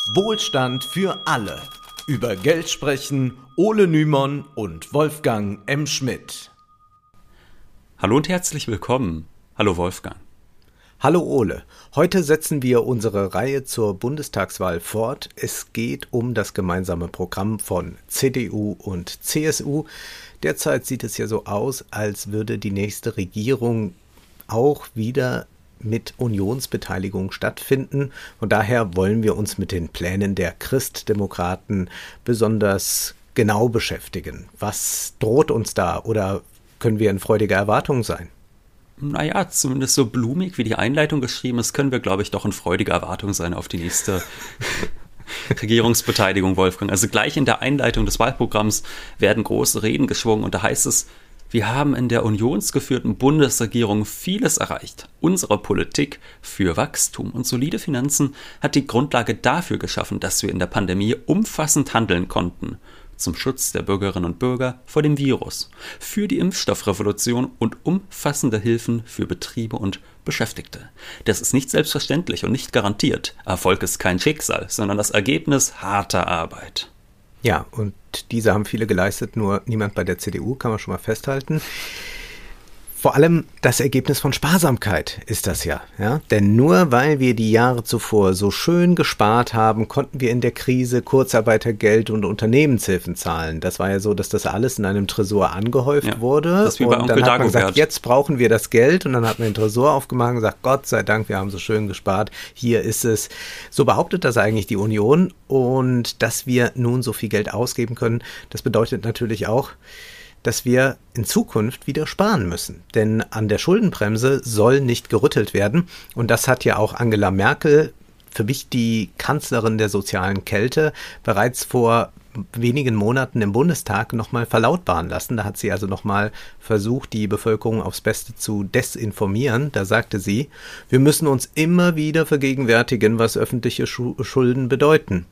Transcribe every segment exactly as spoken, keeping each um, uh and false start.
Wohlstand für alle. Über Geld sprechen Ole Nymon und Wolfgang M. Schmidt. Hallo und herzlich willkommen. Hallo Wolfgang. Hallo Ole. Heute setzen wir unsere Reihe zur Bundestagswahl fort. Es geht um das gemeinsame Programm von C D U und C S U. Derzeit sieht es ja so aus, als würde die nächste Regierung auch wieder mit Unionsbeteiligung stattfinden. Von daher wollen wir uns mit den Plänen der Christdemokraten besonders genau beschäftigen. Was droht uns da oder können wir in freudiger Erwartung sein? Naja, zumindest so blumig wie die Einleitung geschrieben ist, können wir, glaube ich, doch in freudiger Erwartung sein auf die nächste Regierungsbeteiligung, Wolfgang. Also gleich in der Einleitung des Wahlprogramms werden große Reden geschwungen und da heißt es, wir haben in der unionsgeführten Bundesregierung vieles erreicht. Unsere Politik für Wachstum und solide Finanzen hat die Grundlage dafür geschaffen, dass wir in der Pandemie umfassend handeln konnten. Zum Schutz der Bürgerinnen und Bürger vor dem Virus, für die Impfstoffrevolution und umfassende Hilfen für Betriebe und Beschäftigte. Das ist nicht selbstverständlich und nicht garantiert. Erfolg ist kein Schicksal, sondern das Ergebnis harter Arbeit. Ja, und diese haben viele geleistet, nur niemand bei der C D U, kann man schon mal festhalten. Vor allem das Ergebnis von Sparsamkeit ist das ja, ja. Denn nur weil wir die Jahre zuvor so schön gespart haben, konnten wir in der Krise Kurzarbeitergeld und Unternehmenshilfen zahlen. Das war ja so, dass das alles in einem Tresor angehäuft ja, wurde. Das wie bei und Onkel dann hat man Dagobert. gesagt, jetzt brauchen wir das Geld. Und dann hat man den Tresor aufgemacht und gesagt, Gott sei Dank, wir haben so schön gespart. Hier ist es. So behauptet das eigentlich die Union. Und dass wir nun so viel Geld ausgeben können, das bedeutet natürlich auch, dass wir in Zukunft wieder sparen müssen. Denn an der Schuldenbremse soll nicht gerüttelt werden. Und das hat ja auch Angela Merkel, für mich die Kanzlerin der sozialen Kälte, bereits vor wenigen Monaten im Bundestag nochmal verlautbaren lassen. Da hat sie also nochmal versucht, die Bevölkerung aufs Beste zu desinformieren. Da sagte sie, wir müssen uns immer wieder vergegenwärtigen, was öffentliche Schulden bedeuten.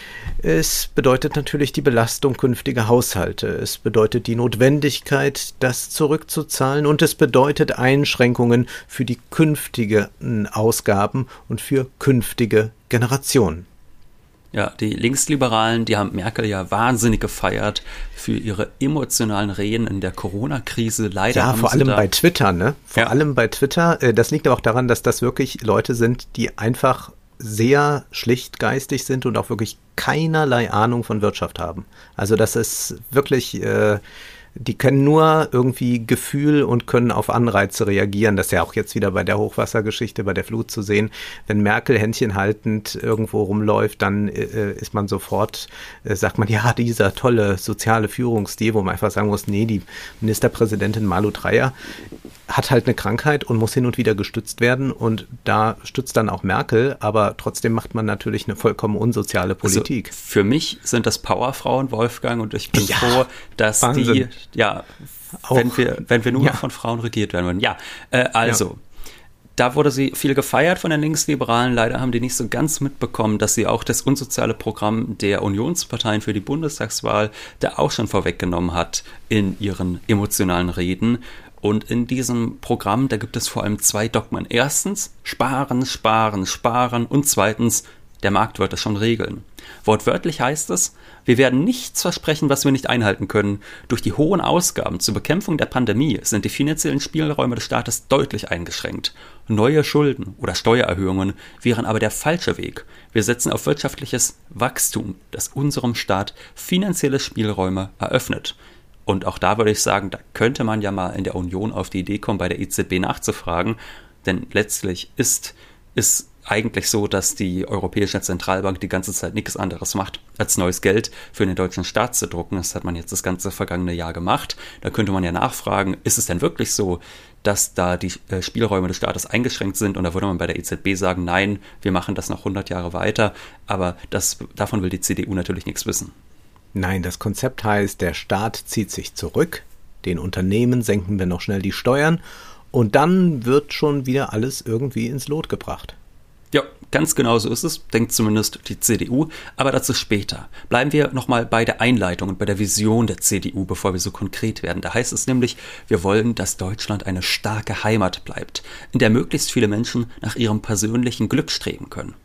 Es bedeutet natürlich die Belastung künftiger Haushalte. Es bedeutet die Notwendigkeit, das zurückzuzahlen und es bedeutet Einschränkungen für die künftigen Ausgaben und für künftige Generationen. Ja, die Linksliberalen, die haben Merkel ja wahnsinnig gefeiert für ihre emotionalen Reden in der Corona-Krise. Leider ja, haben vor sie allem da bei Twitter, ne? Vor ja. allem bei Twitter. Das liegt aber auch daran, dass das wirklich Leute sind, die einfach sehr schlicht geistig sind und auch wirklich keinerlei Ahnung von Wirtschaft haben. Also das ist wirklich, äh, die können nur irgendwie Gefühl und können auf Anreize reagieren. Das ist ja auch jetzt wieder bei der Hochwassergeschichte, bei der Flut zu sehen. Wenn Merkel Händchen haltend irgendwo rumläuft, dann äh, ist man sofort, äh, sagt man, ja, dieser tolle soziale Führungsstil, wo man einfach sagen muss, nee, die Ministerpräsidentin Malu Dreyer hat halt eine Krankheit und muss hin und wieder gestützt werden und da stützt dann auch Merkel, aber trotzdem macht man natürlich eine vollkommen unsoziale Politik. Also für mich sind das Powerfrauen, Wolfgang, und ich bin ja, froh, dass Wahnsinn. die, ja, auch, wenn wir, wenn wir nur ja. noch von Frauen regiert werden würden. Ja, äh, also, ja. Da wurde sie viel gefeiert von den Linksliberalen. Leider haben die nicht so ganz mitbekommen, dass sie auch das unsoziale Programm der Unionsparteien für die Bundestagswahl da auch schon vorweggenommen hat in ihren emotionalen Reden. Und in diesem Programm, da gibt es vor allem zwei Dogmen. Erstens, sparen, sparen, sparen. Und zweitens, der Markt wird es schon regeln. Wortwörtlich heißt es, wir werden nichts versprechen, was wir nicht einhalten können. Durch die hohen Ausgaben zur Bekämpfung der Pandemie sind die finanziellen Spielräume des Staates deutlich eingeschränkt. Neue Schulden oder Steuererhöhungen wären aber der falsche Weg. Wir setzen auf wirtschaftliches Wachstum, das unserem Staat finanzielle Spielräume eröffnet. Und auch da würde ich sagen, da könnte man ja mal in der Union auf die Idee kommen, bei der E Z B nachzufragen. Denn letztlich ist es eigentlich so, dass die Europäische Zentralbank die ganze Zeit nichts anderes macht, als neues Geld für den deutschen Staat zu drucken. Das hat man jetzt das ganze vergangene Jahr gemacht. Da könnte man ja nachfragen, ist es denn wirklich so, dass da die Spielräume des Staates eingeschränkt sind? Und da würde man bei der E Z B sagen, nein, wir machen das noch hundert Jahre weiter. Aber das, davon will die C D U natürlich nichts wissen. Nein, das Konzept heißt, der Staat zieht sich zurück, den Unternehmen senken wir noch schnell die Steuern und dann wird schon wieder alles irgendwie ins Lot gebracht. Ja, ganz genau so ist es, denkt zumindest die C D U, aber dazu später. Bleiben wir nochmal bei der Einleitung und bei der Vision der C D U, bevor wir so konkret werden. Da heißt es nämlich, wir wollen, dass Deutschland eine starke Heimat bleibt, in der möglichst viele Menschen nach ihrem persönlichen Glück streben können.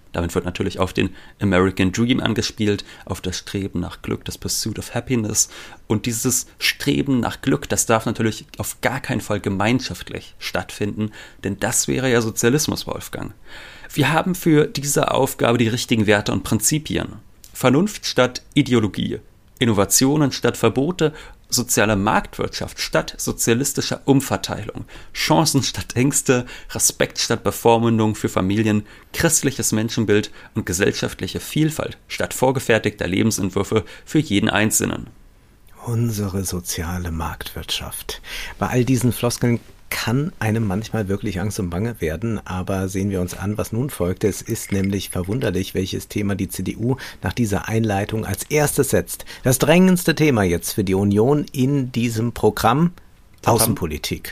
Damit wird natürlich auf den American Dream angespielt, auf das Streben nach Glück, das Pursuit of Happiness. Und dieses Streben nach Glück, das darf natürlich auf gar keinen Fall gemeinschaftlich stattfinden, denn das wäre ja Sozialismus, Wolfgang. Wir haben für diese Aufgabe die richtigen Werte und Prinzipien. Vernunft statt Ideologie, Innovationen statt Verbote, soziale Marktwirtschaft statt sozialistischer Umverteilung, Chancen statt Ängste, Respekt statt Bevormundung für Familien, christliches Menschenbild und gesellschaftliche Vielfalt statt vorgefertigter Lebensentwürfe für jeden Einzelnen. Unsere soziale Marktwirtschaft. Bei all diesen Floskeln kann einem manchmal wirklich Angst und Bange werden, aber sehen wir uns an, was nun folgte. Es ist nämlich verwunderlich, welches Thema die C D U nach dieser Einleitung als erstes setzt. Das drängendste Thema jetzt für die Union in diesem Programm: Außenpolitik.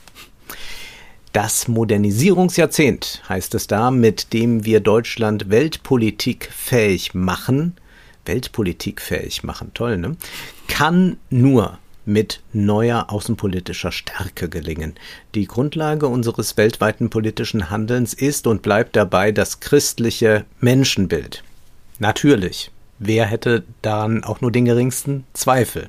Das Modernisierungsjahrzehnt heißt es da, mit dem wir Deutschland weltpolitikfähig machen. Weltpolitikfähig machen, toll, ne? Kann nur mit neuer außenpolitischer Stärke gelingen. Die Grundlage unseres weltweiten politischen Handelns ist und bleibt dabei das christliche Menschenbild. Natürlich. Wer hätte daran auch nur den geringsten Zweifel?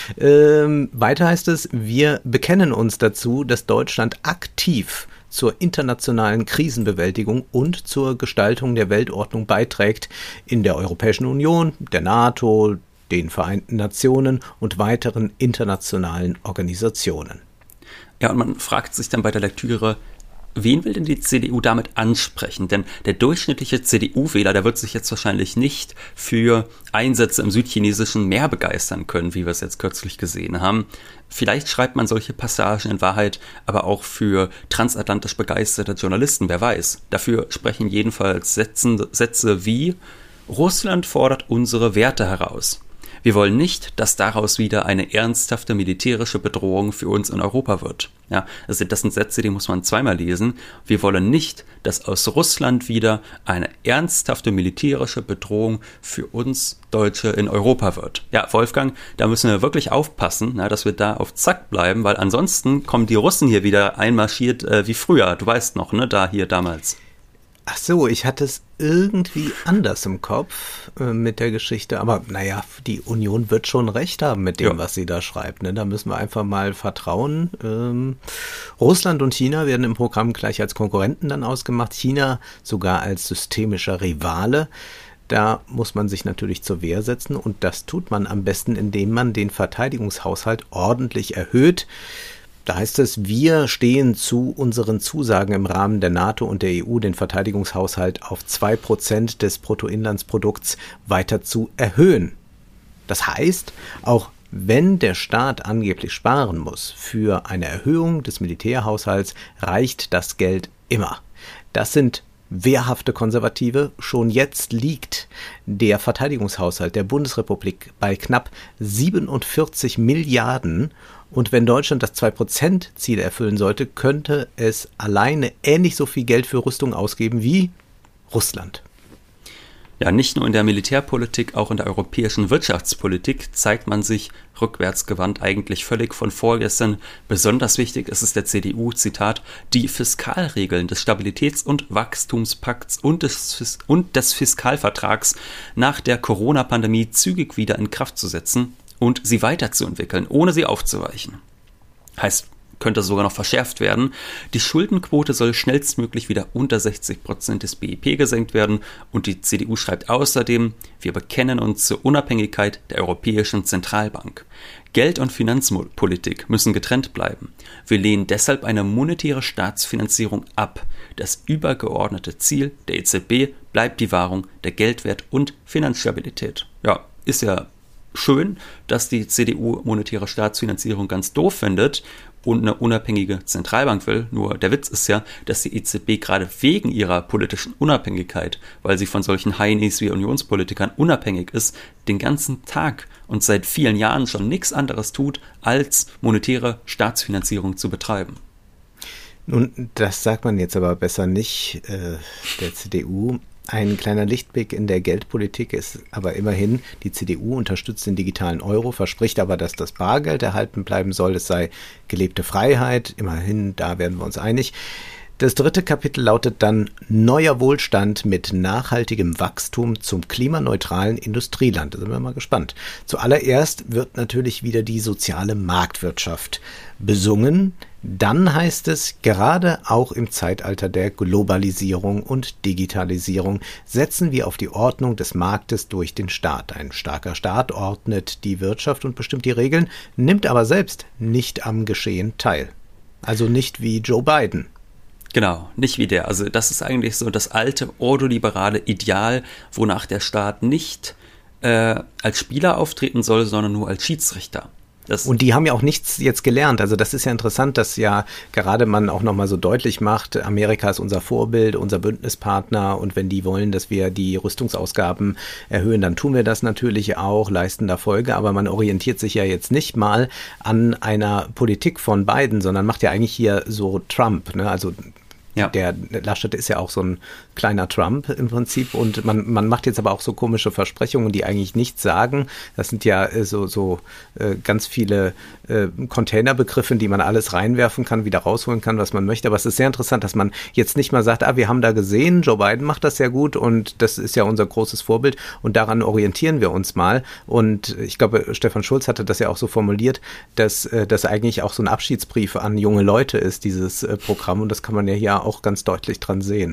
Ähm, weiter heißt es, wir bekennen uns dazu, dass Deutschland aktiv zur internationalen Krisenbewältigung und zur Gestaltung der Weltordnung beiträgt, in der Europäischen Union, der NATO, den Vereinten Nationen und weiteren internationalen Organisationen. Ja, und man fragt sich dann bei der Lektüre, wen will denn die C D U damit ansprechen? Denn der durchschnittliche C D U-Wähler, der wird sich jetzt wahrscheinlich nicht für Einsätze im südchinesischen Meer begeistern können, wie wir es jetzt kürzlich gesehen haben. Vielleicht schreibt man solche Passagen in Wahrheit aber auch für transatlantisch begeisterte Journalisten, wer weiß. Dafür sprechen jedenfalls Sätze, Sätze wie: Russland fordert unsere Werte heraus. Wir wollen nicht, dass daraus wieder eine ernsthafte militärische Bedrohung für uns in Europa wird. Ja, also das sind Sätze, die muss man zweimal lesen. Wir wollen nicht, dass aus Russland wieder eine ernsthafte militärische Bedrohung für uns Deutsche in Europa wird. Ja, Wolfgang, da müssen wir wirklich aufpassen, na, dass wir da auf Zack bleiben, weil ansonsten kommen die Russen hier wieder einmarschiert äh, wie früher. Du weißt noch, ne, da hier damals. Ach so, ich hatte es irgendwie anders im Kopf äh, mit der Geschichte, aber naja, die Union wird schon recht haben mit dem, ja, was sie da schreibt. Ne? Da müssen wir einfach mal vertrauen. Ähm, Russland und China werden im Programm gleich als Konkurrenten dann ausgemacht, China sogar als systemischer Rivale. Da muss man sich natürlich zur Wehr setzen und das tut man am besten, indem man den Verteidigungshaushalt ordentlich erhöht. Da heißt es, wir stehen zu unseren Zusagen im Rahmen der NATO und der E U, den Verteidigungshaushalt auf zwei Prozent des Bruttoinlandsprodukts weiter zu erhöhen. Das heißt, auch wenn der Staat angeblich sparen muss, für eine Erhöhung des Militärhaushalts reicht das Geld immer. Das sind wehrhafte Konservative. Schon jetzt liegt der Verteidigungshaushalt der Bundesrepublik bei knapp siebenundvierzig Milliarden. Und wenn Deutschland das zwei Prozent Ziel erfüllen sollte, könnte es alleine ähnlich so viel Geld für Rüstung ausgeben wie Russland. Ja, nicht nur in der Militärpolitik, auch in der europäischen Wirtschaftspolitik zeigt man sich rückwärtsgewandt eigentlich völlig von vorgestern. Besonders wichtig ist es der C D U, Zitat, die Fiskalregeln des Stabilitäts- und Wachstumspakts und des, und des Fiskalvertrags nach der Corona-Pandemie zügig wieder in Kraft zu setzen und sie weiterzuentwickeln, ohne sie aufzuweichen. Heißt, könnte sogar noch verschärft werden. Die Schuldenquote soll schnellstmöglich wieder unter sechzig Prozent des B I P gesenkt werden und die C D U schreibt außerdem, wir bekennen uns zur Unabhängigkeit der Europäischen Zentralbank. Geld- und Finanzpolitik müssen getrennt bleiben. Wir lehnen deshalb eine monetäre Staatsfinanzierung ab. Das übergeordnete Ziel der E Z B bleibt die Wahrung der Geldwert- und Finanzstabilität. Ja, ist ja schön, dass die C D U monetäre Staatsfinanzierung ganz doof findet und eine unabhängige Zentralbank will. Nur der Witz ist ja, dass die E Z B gerade wegen ihrer politischen Unabhängigkeit, weil sie von solchen Heinis wie Unionspolitikern unabhängig ist, den ganzen Tag und seit vielen Jahren schon nichts anderes tut, als monetäre Staatsfinanzierung zu betreiben. Nun, das sagt man jetzt aber besser nicht äh, der C D U. Ein kleiner Lichtblick in der Geldpolitik ist aber immerhin, die C D U unterstützt den digitalen Euro, verspricht aber, dass das Bargeld erhalten bleiben soll. Es sei gelebte Freiheit. Immerhin, da werden wir uns einig. Das dritte Kapitel lautet dann Neuer Wohlstand mit nachhaltigem Wachstum zum klimaneutralen Industrieland. Da sind wir mal gespannt. Zuallererst wird natürlich wieder die soziale Marktwirtschaft besungen. Dann heißt es, gerade auch im Zeitalter der Globalisierung und Digitalisierung setzen wir auf die Ordnung des Marktes durch den Staat. Ein starker Staat ordnet die Wirtschaft und bestimmt die Regeln, nimmt aber selbst nicht am Geschehen teil. Also nicht wie Joe Biden. Genau, nicht wie der. Also das ist eigentlich so das alte ordoliberale Ideal, wonach der Staat nicht äh, als Spieler auftreten soll, sondern nur als Schiedsrichter. Das und die haben ja auch nichts jetzt gelernt. Also das ist ja interessant, dass ja gerade man auch nochmal so deutlich macht, Amerika ist unser Vorbild, unser Bündnispartner und wenn die wollen, dass wir die Rüstungsausgaben erhöhen, dann tun wir das natürlich auch, leisten da Folge. Aber man orientiert sich ja jetzt nicht mal an einer Politik von Biden, sondern macht ja eigentlich hier so Trump, ne? Also ja. Der Laschet ist ja auch so ein kleiner Trump im Prinzip und man, man macht jetzt aber auch so komische Versprechungen, die eigentlich nichts sagen. Das sind ja äh, so, so äh, ganz viele äh, Containerbegriffe, in die man alles reinwerfen kann, wieder rausholen kann, was man möchte. Aber es ist sehr interessant, dass man jetzt nicht mal sagt, ah, wir haben da gesehen, Joe Biden macht das sehr gut und das ist ja unser großes Vorbild und daran orientieren wir uns mal. Und ich glaube, Stefan Schulz hatte das ja auch so formuliert, dass äh, das eigentlich auch so ein Abschiedsbrief an junge Leute ist, dieses äh, Programm und das kann man ja hier auch ganz deutlich dran sehen.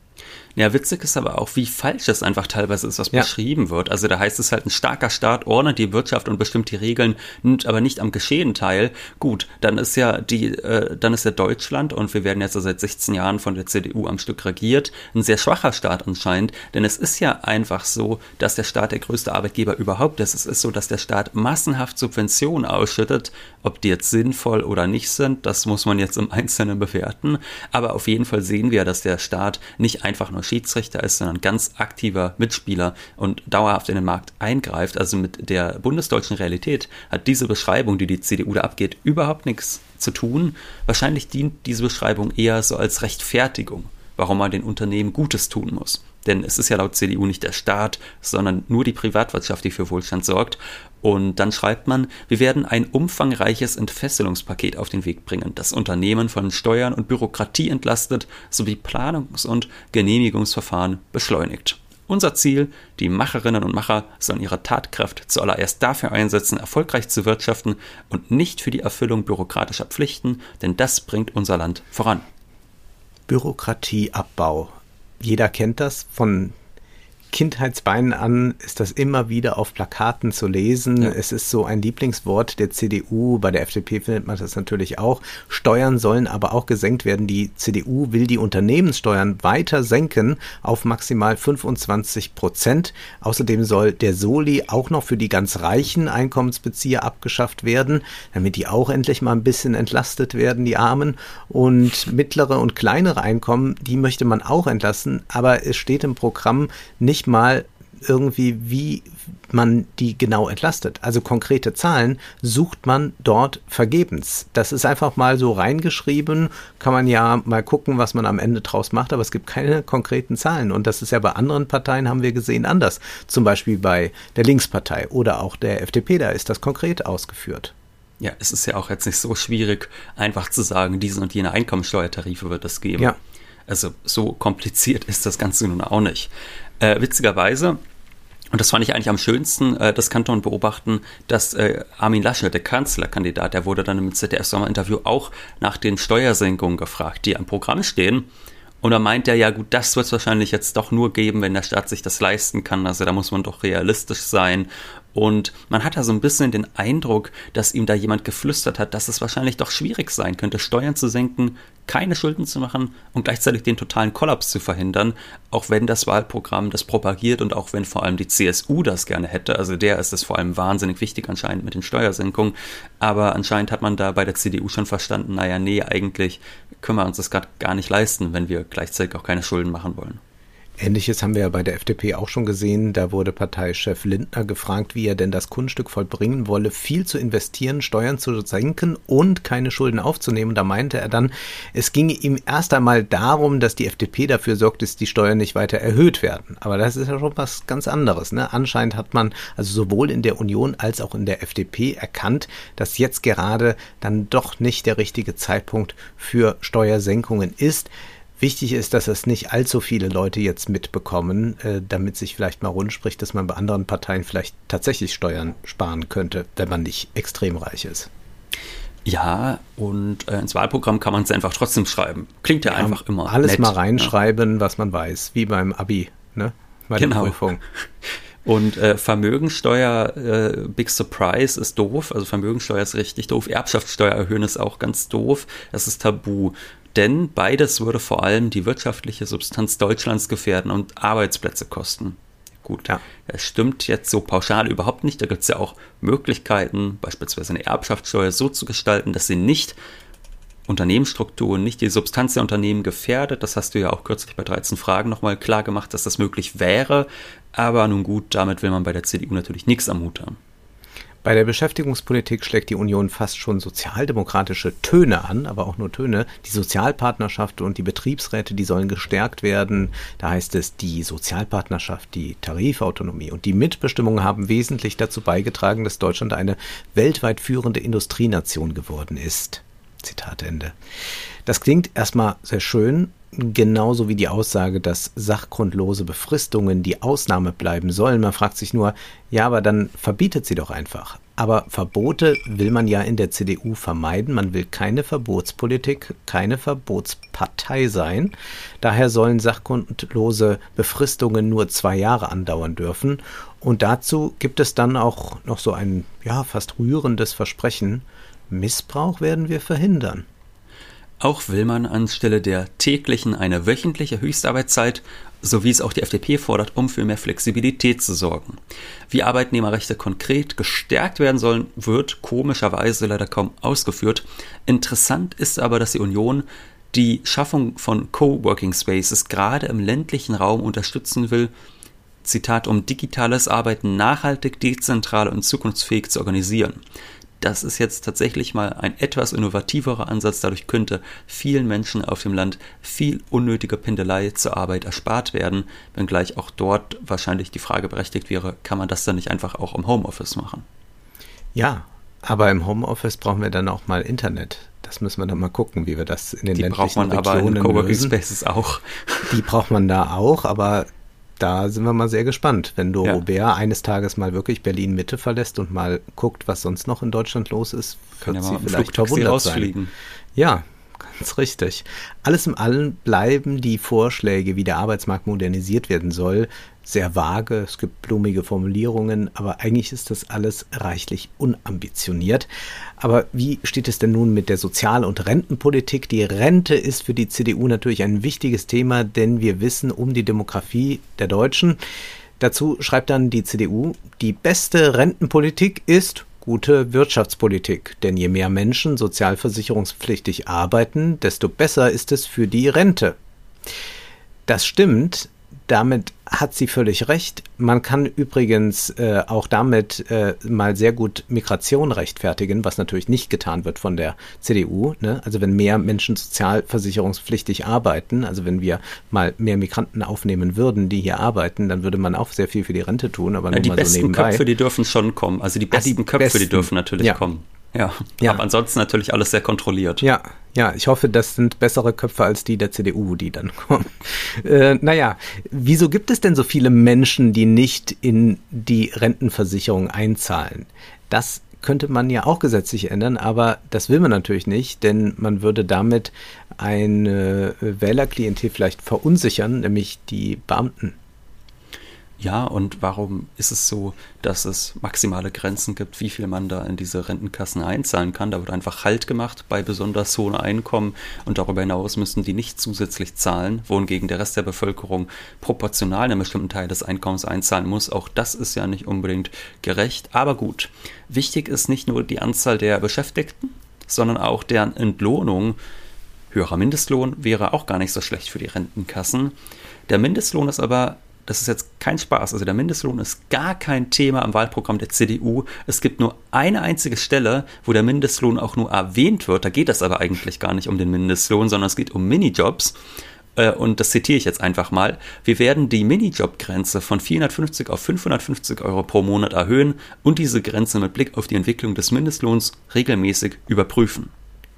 Ja, witzig ist aber auch, wie falsch es einfach teilweise ist, was ja. beschrieben wird. Also da heißt es halt, ein starker Staat ordnet die Wirtschaft und bestimmt die Regeln, nimmt aber nicht am Geschehen teil. Gut, dann ist ja die, äh, dann ist ja Deutschland, und wir werden jetzt ja seit sechzehn Jahren von der C D U am Stück regiert, ein sehr schwacher Staat anscheinend, denn es ist ja einfach so, dass der Staat der größte Arbeitgeber überhaupt ist. Es ist so, dass der Staat massenhaft Subventionen ausschüttet, ob die jetzt sinnvoll oder nicht sind, das muss man jetzt im Einzelnen bewerten, aber auf jeden Fall sehen wir, dass der Staat nicht einfach nur Schiedsrichter ist, sondern ganz aktiver Mitspieler und dauerhaft in den Markt eingreift. Also mit der bundesdeutschen Realität hat diese Beschreibung, die die C D U da abgeht, überhaupt nichts zu tun. Wahrscheinlich dient diese Beschreibung eher so als Rechtfertigung, warum man den Unternehmen Gutes tun muss. Denn es ist ja laut C D U nicht der Staat, sondern nur die Privatwirtschaft, die für Wohlstand sorgt. Und dann schreibt man, wir werden ein umfangreiches Entfesselungspaket auf den Weg bringen, das Unternehmen von Steuern und Bürokratie entlastet, sowie Planungs- und Genehmigungsverfahren beschleunigt. Unser Ziel, die Macherinnen und Macher sollen ihre Tatkraft zuallererst dafür einsetzen, erfolgreich zu wirtschaften und nicht für die Erfüllung bürokratischer Pflichten, denn das bringt unser Land voran. Bürokratieabbau. Jeder kennt das, von Kindheitsbeinen an ist das immer wieder auf Plakaten zu lesen. Ja. Es ist so ein Lieblingswort der C D U. Bei der F D P findet man das natürlich auch. Steuern sollen aber auch gesenkt werden. Die C D U will die Unternehmenssteuern weiter senken auf maximal fünfundzwanzig Prozent. Außerdem soll der Soli auch noch für die ganz reichen Einkommensbezieher abgeschafft werden, damit die auch endlich mal ein bisschen entlastet werden, die Armen. Und mittlere und kleinere Einkommen, die möchte man auch entlassen. Aber es steht im Programm nicht mal irgendwie, wie man die genau entlastet. Also konkrete Zahlen sucht man dort vergebens. Das ist einfach mal so reingeschrieben, kann man ja mal gucken, was man am Ende draus macht, aber es gibt keine konkreten Zahlen. Und das ist ja bei anderen Parteien, haben wir gesehen, anders. Zum Beispiel bei der Linkspartei oder auch der F D P, da ist das konkret ausgeführt. Ja, es ist ja auch jetzt nicht so schwierig, einfach zu sagen, diese und jene Einkommensteuertarife wird es geben. Ja. Also so kompliziert ist das Ganze nun auch nicht. Äh, witzigerweise, und das fand ich eigentlich am schönsten, äh, das kann man beobachten, dass äh, Armin Laschet, der Kanzlerkandidat, der wurde dann im Z D F-Sommerinterview auch nach den Steuersenkungen gefragt, die am Programm stehen. Und da meint er, ja gut, das wird es wahrscheinlich jetzt doch nur geben, wenn der Staat sich das leisten kann. Also da muss man doch realistisch sein. Und man hat da so ein bisschen den Eindruck, dass ihm da jemand geflüstert hat, dass es wahrscheinlich doch schwierig sein könnte, Steuern zu senken, keine Schulden zu machen und gleichzeitig den totalen Kollaps zu verhindern, auch wenn das Wahlprogramm das propagiert und auch wenn vor allem die C S U das gerne hätte. Also der ist es vor allem wahnsinnig wichtig anscheinend mit den Steuersenkungen. Aber anscheinend hat man da bei der C D U schon verstanden, naja, nee, eigentlich können wir uns das gerade gar nicht leisten, wenn wir gleichzeitig auch keine Schulden machen wollen. Ähnliches haben wir ja bei der F D P auch schon gesehen. Da wurde Parteichef Lindner gefragt, wie er denn das Kunststück vollbringen wolle, viel zu investieren, Steuern zu senken und keine Schulden aufzunehmen. Da meinte er dann, es ginge ihm erst einmal darum, dass die F D P dafür sorgt, dass die Steuern nicht weiter erhöht werden. Aber das ist ja schon was ganz anderes, ne? Anscheinend hat man also sowohl in der Union als auch in der F D P erkannt, dass jetzt gerade dann doch nicht der richtige Zeitpunkt für Steuersenkungen ist. Wichtig ist, dass es nicht allzu viele Leute jetzt mitbekommen, äh, damit sich vielleicht mal rundspricht, dass man bei anderen Parteien vielleicht tatsächlich Steuern sparen könnte, wenn man nicht extrem reich ist. Ja, und äh, ins Wahlprogramm kann man es einfach trotzdem schreiben. Klingt ja, ja einfach immer alles nett, mal reinschreiben, ja. Was man weiß, wie beim Abi, ne? Bei der genau. Prüfung. Und äh, Vermögensteuer, äh, Big Surprise, ist doof. Also Vermögensteuer ist richtig doof. Erbschaftssteuer erhöhen ist auch ganz doof. Das ist tabu. Denn beides würde vor allem die wirtschaftliche Substanz Deutschlands gefährden und Arbeitsplätze kosten. Gut, ja. Das stimmt jetzt so pauschal überhaupt nicht. Da gibt es ja auch Möglichkeiten, beispielsweise eine Erbschaftssteuer so zu gestalten, dass sie nicht Unternehmensstrukturen, nicht die Substanz der Unternehmen gefährdet. Das hast du ja auch kürzlich bei dreizehn Fragen nochmal klar gemacht, dass das möglich wäre. Aber nun gut, damit will man bei der C D U natürlich nichts am Hut haben. Bei der Beschäftigungspolitik schlägt die Union fast schon sozialdemokratische Töne an, aber auch nur Töne. Die Sozialpartnerschaft und die Betriebsräte, die sollen gestärkt werden. Da heißt es, die Sozialpartnerschaft, die Tarifautonomie und die Mitbestimmung haben wesentlich dazu beigetragen, dass Deutschland eine weltweit führende Industrienation geworden ist. Zitat Ende. Das klingt erstmal sehr schön, genauso wie die Aussage, dass sachgrundlose Befristungen die Ausnahme bleiben sollen. Man fragt sich nur, ja, aber dann verbietet sie doch einfach. Aber Verbote will man ja in der C D U vermeiden. Man will keine Verbotspolitik, keine Verbotspartei sein. Daher sollen sachgrundlose Befristungen nur zwei Jahre andauern dürfen. Und dazu gibt es dann auch noch so ein, ja, fast rührendes Versprechen: Missbrauch werden wir verhindern. Auch will man anstelle der täglichen eine wöchentliche Höchstarbeitszeit, so wie es auch die F D P fordert, um für mehr Flexibilität zu sorgen. Wie Arbeitnehmerrechte konkret gestärkt werden sollen, wird komischerweise leider kaum ausgeführt. Interessant ist aber, dass die Union die Schaffung von Coworking Spaces gerade im ländlichen Raum unterstützen will, Zitat, um digitales Arbeiten nachhaltig, dezentral und zukunftsfähig zu organisieren. Das ist jetzt tatsächlich mal ein etwas innovativerer Ansatz. Dadurch könnte vielen Menschen auf dem Land viel unnötige Pendelei zur Arbeit erspart werden, wenngleich auch dort wahrscheinlich die Frage berechtigt wäre, kann man das dann nicht einfach auch im Homeoffice machen? Ja, aber im Homeoffice brauchen wir dann auch mal Internet. Das müssen wir dann mal gucken, wie wir das in den die ländlichen Regionen lösen. Die braucht man aber in Coworking Spaces auch. Die braucht man da auch, aber da sind wir mal sehr gespannt, wenn Doro ja. Bär eines Tages mal wirklich Berlin-Mitte verlässt und mal guckt, was sonst noch in Deutschland los ist, wird ja sie vielleicht verwundert sein. Ja, ganz richtig. Alles in allem bleiben die Vorschläge, wie der Arbeitsmarkt modernisiert werden soll, sehr vage. Es gibt blumige Formulierungen, aber eigentlich ist das alles reichlich unambitioniert. Aber wie steht es denn nun mit der Sozial- und Rentenpolitik? Die Rente ist für die C D U natürlich ein wichtiges Thema, denn wir wissen um die Demografie der Deutschen. Dazu schreibt dann die C D U, die beste Rentenpolitik ist gute Wirtschaftspolitik, denn je mehr Menschen sozialversicherungspflichtig arbeiten, desto besser ist es für die Rente. Das stimmt. Damit hat sie völlig recht. Man kann übrigens äh, auch damit äh, mal sehr gut Migration rechtfertigen, was natürlich nicht getan wird von der C D U. Ne? Also wenn mehr Menschen sozialversicherungspflichtig arbeiten, also wenn wir mal mehr Migranten aufnehmen würden, die hier arbeiten, dann würde man auch sehr viel für die Rente tun. Aber ja, nur die mal besten so nebenbei. Köpfe, die dürfen schon kommen. Also die besten ah, die Köpfe, besten. die dürfen natürlich ja. kommen. Ja, ja, aber ansonsten natürlich alles sehr kontrolliert. Ja, ja, ich hoffe, das sind bessere Köpfe als die der C D U, die dann kommen. Äh, naja, wieso gibt es denn so viele Menschen, die nicht in die Rentenversicherung einzahlen? Das könnte man ja auch gesetzlich ändern, aber das will man natürlich nicht, denn man würde damit eine Wählerklientel vielleicht verunsichern, nämlich die Beamten. Ja, und warum ist es so, dass es maximale Grenzen gibt, wie viel man da in diese Rentenkassen einzahlen kann? Da wird einfach Halt gemacht bei besonders hohen Einkommen und darüber hinaus müssen die nicht zusätzlich zahlen, wohingegen der Rest der Bevölkerung proportional einen bestimmten Teil des Einkommens einzahlen muss. Auch das ist ja nicht unbedingt gerecht, aber gut. Wichtig ist nicht nur die Anzahl der Beschäftigten, sondern auch deren Entlohnung. Höherer Mindestlohn wäre auch gar nicht so schlecht für die Rentenkassen. Der Mindestlohn ist aber, das ist jetzt kein Spaß, also der Mindestlohn ist gar kein Thema im Wahlprogramm der C D U. Es gibt nur eine einzige Stelle, wo der Mindestlohn auch nur erwähnt wird. Da geht es aber eigentlich gar nicht um den Mindestlohn, sondern es geht um Minijobs. Und das zitiere ich jetzt einfach mal. Wir werden die Minijob-Grenze von vierhundertfünfzig auf fünfhundertfünfzig Euro pro Monat erhöhen und diese Grenze mit Blick auf die Entwicklung des Mindestlohns regelmäßig überprüfen.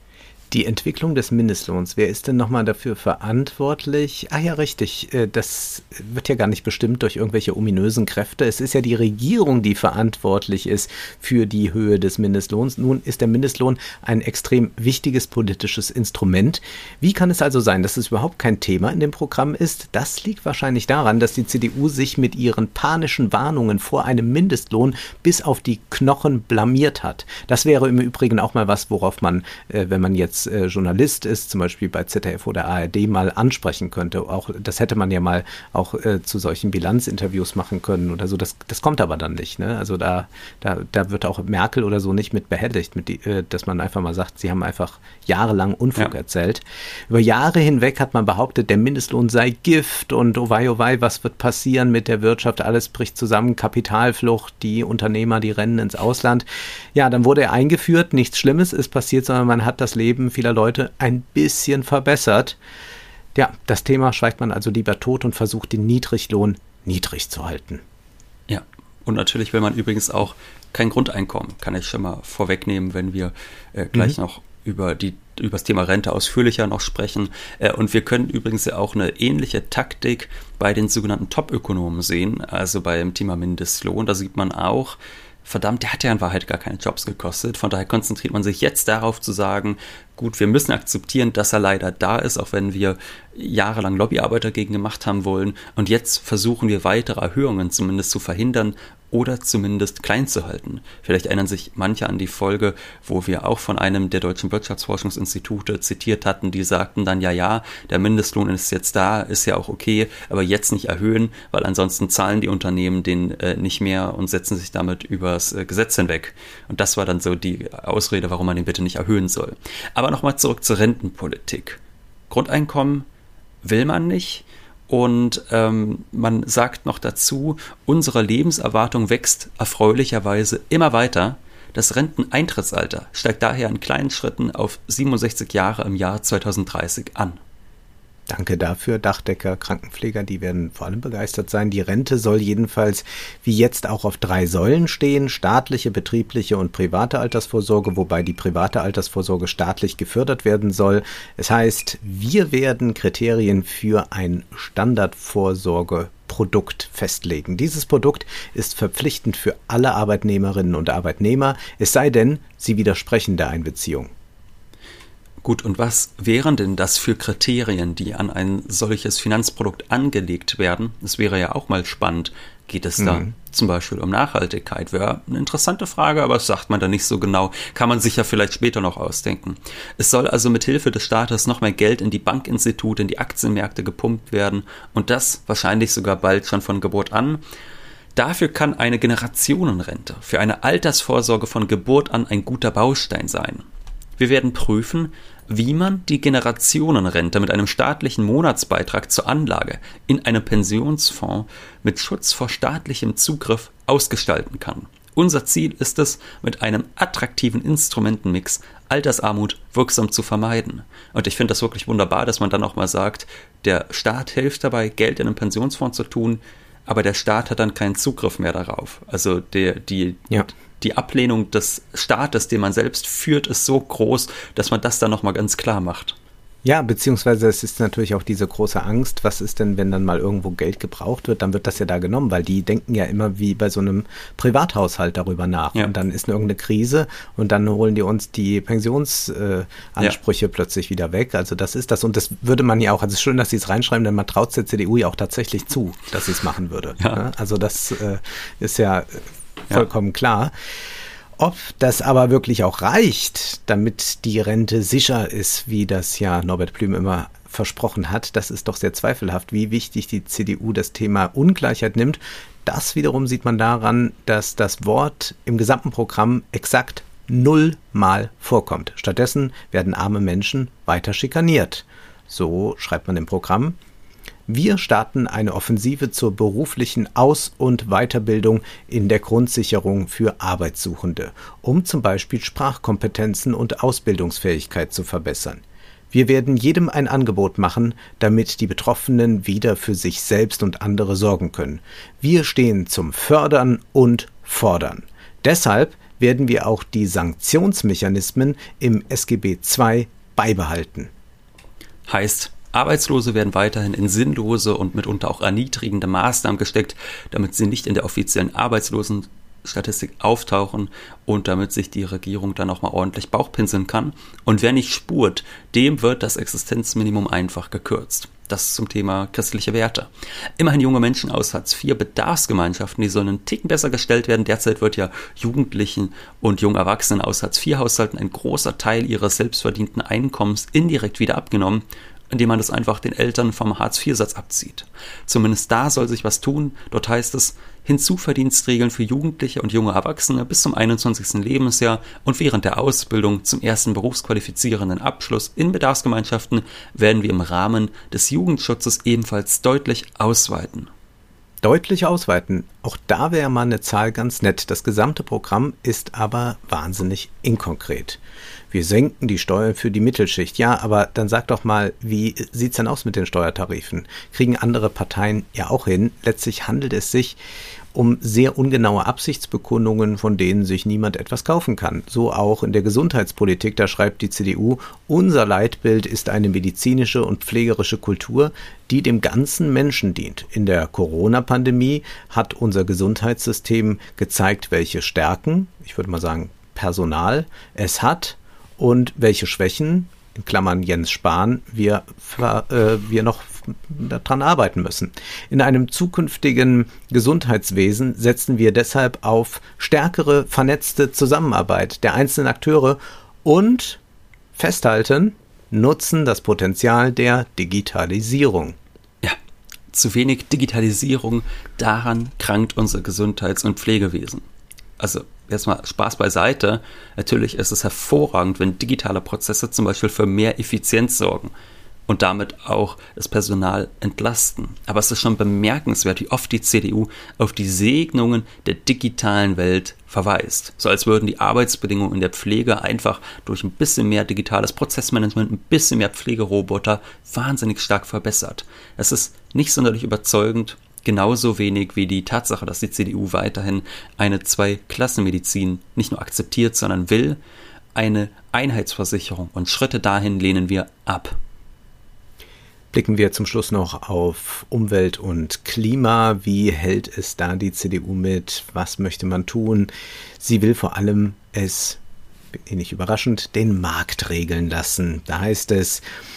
Die Entwicklung des Mindestlohns, wer ist denn nochmal dafür verantwortlich? Ah ja, richtig, das wird ja gar nicht bestimmt durch irgendwelche ominösen Kräfte. Es ist ja die Regierung, die verantwortlich ist für die Höhe des Mindestlohns. Nun ist der Mindestlohn ein extrem wichtiges politisches Instrument. Wie kann es also sein, dass es überhaupt kein Thema in dem Programm ist? Das liegt wahrscheinlich daran, dass die C D U sich mit ihren panischen Warnungen vor einem Mindestlohn bis auf die Knochen blamiert hat. Das wäre im Übrigen auch mal was, worauf man, wenn man jetzt Journalist ist, zum Beispiel bei Z D F oder A R D, mal ansprechen könnte. Auch das hätte man ja mal auch äh, zu solchen Bilanzinterviews machen können oder so. Das, das kommt aber dann nicht. Ne? Also da, da, da wird auch Merkel oder so nicht mit behelligt, mit die, äh, dass man einfach mal sagt, sie haben einfach jahrelang Unfug ja. erzählt. Über Jahre hinweg hat man behauptet, der Mindestlohn sei Gift und oh wei, oh wei, was wird passieren mit der Wirtschaft? Alles bricht zusammen, Kapitalflucht, die Unternehmer, die rennen ins Ausland. Ja, dann wurde er eingeführt, nichts Schlimmes ist passiert, sondern man hat das Leben vieler Leute ein bisschen verbessert. Ja, das Thema schweigt man also lieber tot und versucht, den Niedriglohn niedrig zu halten. Ja, und natürlich will man übrigens auch kein Grundeinkommen, kann ich schon mal vorwegnehmen, wenn wir äh, gleich mhm. noch über die über das Thema Rente ausführlicher noch sprechen. Äh, und wir können übrigens ja auch eine ähnliche Taktik bei den sogenannten Top-Ökonomen sehen, also beim Thema Mindestlohn. Da sieht man auch, verdammt, der hat ja in Wahrheit gar keine Jobs gekostet. Von daher konzentriert man sich jetzt darauf zu sagen, gut, wir müssen akzeptieren, dass er leider da ist, auch wenn wir jahrelang Lobbyarbeit dagegen gemacht haben wollen. Und jetzt versuchen wir weitere Erhöhungen zumindest zu verhindern oder zumindest klein zu halten. Vielleicht erinnern sich manche an die Folge, wo wir auch von einem der deutschen Wirtschaftsforschungsinstitute zitiert hatten, die sagten dann, ja, ja, der Mindestlohn ist jetzt da, ist ja auch okay, aber jetzt nicht erhöhen, weil ansonsten zahlen die Unternehmen den äh, nicht mehr und setzen sich damit übers äh, Gesetz hinweg. Und das war dann so die Ausrede, warum man den bitte nicht erhöhen soll. Aber nochmal zurück zur Rentenpolitik. Grundeinkommen will man nicht. Und ähm, man sagt noch dazu, unsere Lebenserwartung wächst erfreulicherweise immer weiter. Das Renteneintrittsalter steigt daher in kleinen Schritten auf siebenundsechzig Jahre im Jahr zweitausenddreißig an. Danke dafür, Dachdecker, Krankenpfleger, die werden vor allem begeistert sein. Die Rente soll jedenfalls wie jetzt auch auf drei Säulen stehen, staatliche, betriebliche und private Altersvorsorge, wobei die private Altersvorsorge staatlich gefördert werden soll. Es heißt, wir werden Kriterien für ein Standardvorsorgeprodukt festlegen. Dieses Produkt ist verpflichtend für alle Arbeitnehmerinnen und Arbeitnehmer, es sei denn, sie widersprechen der Einbeziehung. Gut, und was wären denn das für Kriterien, die an ein solches Finanzprodukt angelegt werden? Das wäre ja auch mal spannend. Geht es da mhm. zum Beispiel um Nachhaltigkeit? Wäre eine interessante Frage, aber das sagt man da nicht so genau. Kann man sich ja vielleicht später noch ausdenken. Es soll also mit Hilfe des Staates noch mehr Geld in die Bankinstitute, in die Aktienmärkte gepumpt werden und das wahrscheinlich sogar bald schon von Geburt an. Dafür kann eine Generationenrente für eine Altersvorsorge von Geburt an ein guter Baustein sein. Wir werden prüfen, wie man die Generationenrente mit einem staatlichen Monatsbeitrag zur Anlage in einem Pensionsfonds mit Schutz vor staatlichem Zugriff ausgestalten kann. Unser Ziel ist es, mit einem attraktiven Instrumentenmix Altersarmut wirksam zu vermeiden. Und ich finde das wirklich wunderbar, dass man dann auch mal sagt, der Staat hilft dabei, Geld in einen Pensionsfonds zu tun, aber der Staat hat dann keinen Zugriff mehr darauf. Also der, die... Ja. Die Ablehnung des Staates, den man selbst führt, ist so groß, dass man das dann nochmal ganz klar macht. Ja, beziehungsweise es ist natürlich auch diese große Angst, was ist denn, wenn dann mal irgendwo Geld gebraucht wird, dann wird das ja da genommen, weil die denken ja immer wie bei so einem Privathaushalt darüber nach. Ja. Und dann ist irgendeine Krise und dann holen die uns die Pensionsansprüche äh, ja. plötzlich wieder weg. Also das ist das und das würde man ja auch, also es ist schön, dass sie es reinschreiben, denn man traut es der C D U ja auch tatsächlich zu, dass sie es machen würde. Ja. Also das äh, ist ja vollkommen ja. klar. Ob das aber wirklich auch reicht, damit die Rente sicher ist, wie das ja Norbert Blüm immer versprochen hat, das ist doch sehr zweifelhaft, wie wichtig die C D U das Thema Ungleichheit nimmt. Das wiederum sieht man daran, dass das Wort im gesamten Programm exakt nullmal vorkommt. Stattdessen werden arme Menschen weiter schikaniert. So schreibt man im Programm. Wir starten eine Offensive zur beruflichen Aus- und Weiterbildung in der Grundsicherung für Arbeitssuchende, um zum Beispiel Sprachkompetenzen und Ausbildungsfähigkeit zu verbessern. Wir werden jedem ein Angebot machen, damit die Betroffenen wieder für sich selbst und andere sorgen können. Wir stehen zum Fördern und Fordern. Deshalb werden wir auch die Sanktionsmechanismen im S G B zwei beibehalten. Heißt, Arbeitslose werden weiterhin in sinnlose und mitunter auch erniedrigende Maßnahmen gesteckt, damit sie nicht in der offiziellen Arbeitslosenstatistik auftauchen und damit sich die Regierung dann auch mal ordentlich Bauchpinseln kann. Und wer nicht spurt, dem wird das Existenzminimum einfach gekürzt. Das zum Thema christliche Werte. Immerhin junge Menschen aus Hartz vier Bedarfsgemeinschaften, die sollen einen Ticken besser gestellt werden. Derzeit wird ja Jugendlichen und jungen Erwachsenen aus Hartz vier Haushalten ein großer Teil ihres selbstverdienten Einkommens indirekt wieder abgenommen, indem man das einfach den Eltern vom Hartz vier Satz abzieht. Zumindest da soll sich was tun. Dort heißt es, Hinzuverdienstregeln für Jugendliche und junge Erwachsene bis zum einundzwanzigsten Lebensjahr und während der Ausbildung zum ersten berufsqualifizierenden Abschluss in Bedarfsgemeinschaften werden wir im Rahmen des Jugendschutzes ebenfalls deutlich ausweiten. Deutlich ausweiten. Auch da wäre mal eine Zahl ganz nett. Das gesamte Programm ist aber wahnsinnig inkonkret. Wir senken die Steuern für die Mittelschicht. Ja, aber dann sag doch mal, wie sieht's denn aus mit den Steuertarifen? Kriegen andere Parteien ja auch hin. Letztlich handelt es sich um sehr ungenaue Absichtsbekundungen, von denen sich niemand etwas kaufen kann. So auch in der Gesundheitspolitik, da schreibt die C D U, unser Leitbild ist eine medizinische und pflegerische Kultur, die dem ganzen Menschen dient. In der Corona-Pandemie hat unser Gesundheitssystem gezeigt, welche Stärken, ich würde mal sagen Personal, es hat und welche Schwächen, in Klammern Jens Spahn, wir, äh, wir noch daran arbeiten müssen. In einem zukünftigen Gesundheitswesen setzen wir deshalb auf stärkere, vernetzte Zusammenarbeit der einzelnen Akteure und festhalten, nutzen das Potenzial der Digitalisierung. Ja, zu wenig Digitalisierung, daran krankt unser Gesundheits- und Pflegewesen. Also erstmal Spaß beiseite. Natürlich ist es hervorragend, wenn digitale Prozesse zum Beispiel für mehr Effizienz sorgen und damit auch das Personal entlasten. Aber es ist schon bemerkenswert, wie oft die C D U auf die Segnungen der digitalen Welt verweist. So als würden die Arbeitsbedingungen in der Pflege einfach durch ein bisschen mehr digitales Prozessmanagement, ein bisschen mehr Pflegeroboter wahnsinnig stark verbessert. Es ist nicht sonderlich überzeugend. Genauso wenig wie die Tatsache, dass die C D U weiterhin eine Zwei-Klassen-Medizin nicht nur akzeptiert, sondern will, eine Einheitsversicherung, und Schritte dahin lehnen wir ab. Blicken wir zum Schluss noch auf Umwelt und Klima. Wie hält es da die C D U mit? Was möchte man tun? Sie will vor allem es, wenig überraschend, den Markt regeln lassen. Da heißt es,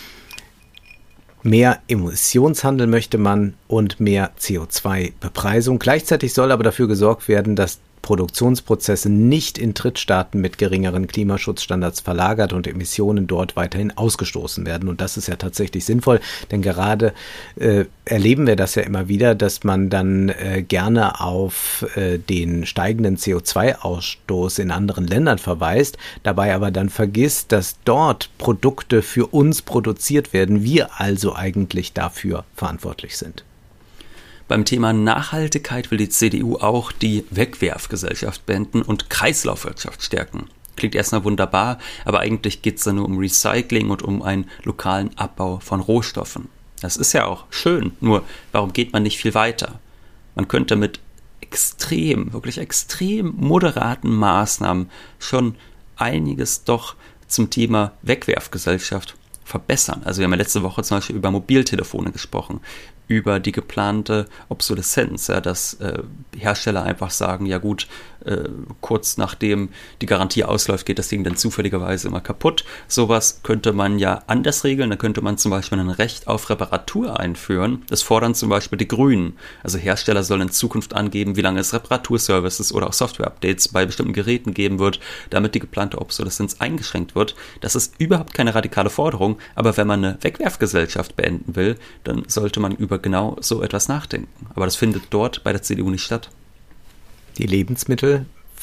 mehr Emissionshandel möchte man und mehr C O zwei Bepreisung. Gleichzeitig soll aber dafür gesorgt werden, dass Produktionsprozesse nicht in Drittstaaten mit geringeren Klimaschutzstandards verlagert und Emissionen dort weiterhin ausgestoßen werden. Und das ist ja tatsächlich sinnvoll, denn gerade äh, erleben wir das ja immer wieder, dass man dann äh, gerne auf äh, den steigenden C O zwei Ausstoß in anderen Ländern verweist, dabei aber dann vergisst, dass dort Produkte für uns produziert werden, wir also eigentlich dafür verantwortlich sind. Beim Thema Nachhaltigkeit will die C D U auch die Wegwerfgesellschaft beenden und Kreislaufwirtschaft stärken. Klingt erstmal wunderbar, aber eigentlich geht es da nur um Recycling und um einen lokalen Abbau von Rohstoffen. Das ist ja auch schön, nur warum geht man nicht viel weiter? Man könnte mit extrem, wirklich extrem moderaten Maßnahmen schon einiges doch zum Thema Wegwerfgesellschaft verbessern. Also wir haben ja letzte Woche zum Beispiel über Mobiltelefone gesprochen, über die geplante Obsoleszenz, ja, dass äh, Hersteller einfach sagen, ja gut, äh, kurz nachdem die Garantie ausläuft, geht das Ding dann zufälligerweise immer kaputt. Sowas könnte man ja anders regeln, da könnte man zum Beispiel ein Recht auf Reparatur einführen. Das fordern zum Beispiel die Grünen. Also Hersteller sollen in Zukunft angeben, wie lange es Reparaturservices oder auch Software-Updates bei bestimmten Geräten geben wird, damit die geplante Obsoleszenz eingeschränkt wird. Das ist überhaupt keine radikale Forderung, aber wenn man eine Wegwerfgesellschaft beenden will, dann sollte man über genau so etwas nachdenken. Aber das findet dort bei der C D U nicht statt. Die Lebensmittel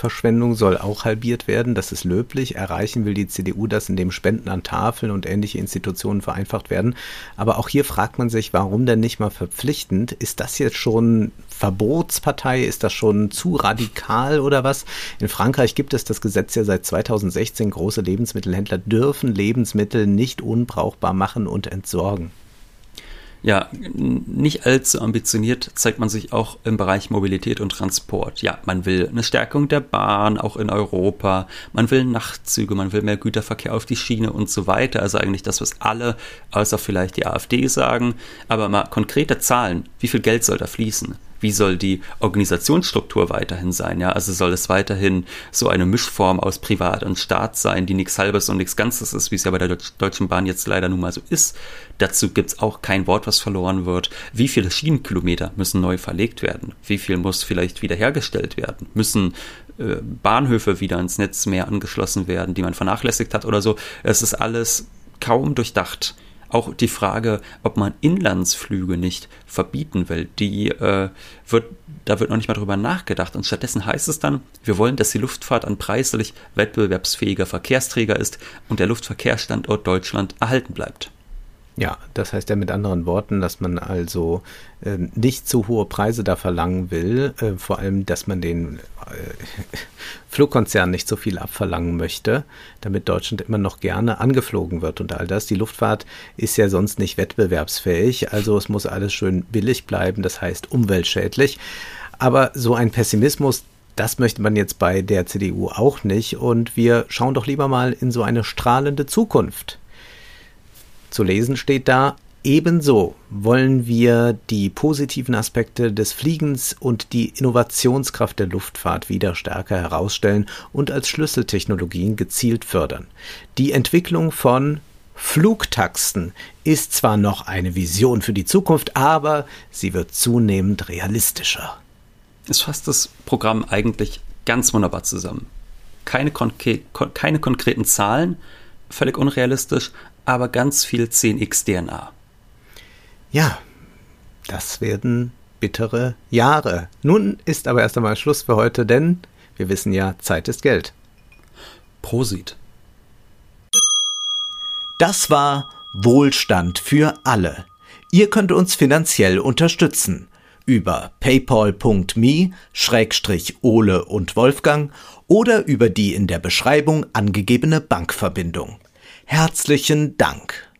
Geldverschwendung soll auch halbiert werden. Das ist löblich. Erreichen will die C D U das, indem Spenden an Tafeln und ähnliche Institutionen vereinfacht werden. Aber auch hier fragt man sich, warum denn nicht mal verpflichtend? Ist das jetzt schon Verbotspartei? Ist das schon zu radikal oder was? In Frankreich gibt es das Gesetz ja seit zweitausendsechzehn. Große Lebensmittelhändler dürfen Lebensmittel nicht unbrauchbar machen und entsorgen. Ja, nicht allzu ambitioniert zeigt man sich auch im Bereich Mobilität und Transport. Ja, man will eine Stärkung der Bahn, auch in Europa. Man will Nachtzüge, man will mehr Güterverkehr auf die Schiene und so weiter. Also eigentlich das, was alle, außer vielleicht die AfD sagen. Aber mal konkrete Zahlen. Wie viel Geld soll da fließen? Wie soll die Organisationsstruktur weiterhin sein? Ja, also soll es weiterhin so eine Mischform aus Privat und Staat sein, die nichts Halbes und nichts Ganzes ist, wie es ja bei der Deutschen Bahn jetzt leider nun mal so ist. Dazu gibt es auch kein Wort, was verloren wird. Wie viele Schienenkilometer müssen neu verlegt werden? Wie viel muss vielleicht wiederhergestellt werden? Müssen äh, Bahnhöfe wieder ins Netz mehr angeschlossen werden, die man vernachlässigt hat oder so? Es ist alles kaum durchdacht. Auch die Frage, ob man Inlandsflüge nicht verbieten will, die äh, wird, da wird noch nicht mal drüber nachgedacht. Und stattdessen heißt es dann, wir wollen, dass die Luftfahrt ein preislich wettbewerbsfähiger Verkehrsträger ist und der Luftverkehrsstandort Deutschland erhalten bleibt. Ja, das heißt ja mit anderen Worten, dass man also äh, nicht zu hohe Preise da verlangen will, äh, vor allem, dass man den äh, Flugkonzernen nicht so viel abverlangen möchte, damit Deutschland immer noch gerne angeflogen wird und all das. Die Luftfahrt ist ja sonst nicht wettbewerbsfähig, also es muss alles schön billig bleiben, das heißt umweltschädlich. Aber so ein Pessimismus, das möchte man jetzt bei der C D U auch nicht und wir schauen doch lieber mal in so eine strahlende Zukunft. Zu lesen steht da, ebenso wollen wir die positiven Aspekte des Fliegens und die Innovationskraft der Luftfahrt wieder stärker herausstellen und als Schlüsseltechnologien gezielt fördern. Die Entwicklung von Flugtaxen ist zwar noch eine Vision für die Zukunft, aber sie wird zunehmend realistischer. Es fasst das Programm eigentlich ganz wunderbar zusammen. Keine, konke- keine konkreten Zahlen, völlig unrealistisch, aber ganz viel zehn x D N A. Ja, das werden bittere Jahre. Nun ist aber erst einmal Schluss für heute, denn wir wissen ja, Zeit ist Geld. Prosit. Das war Wohlstand für alle. Ihr könnt uns finanziell unterstützen über paypal punkt me Schrägstrich Ole und Wolfgang oder über die in der Beschreibung angegebene Bankverbindung. Herzlichen Dank.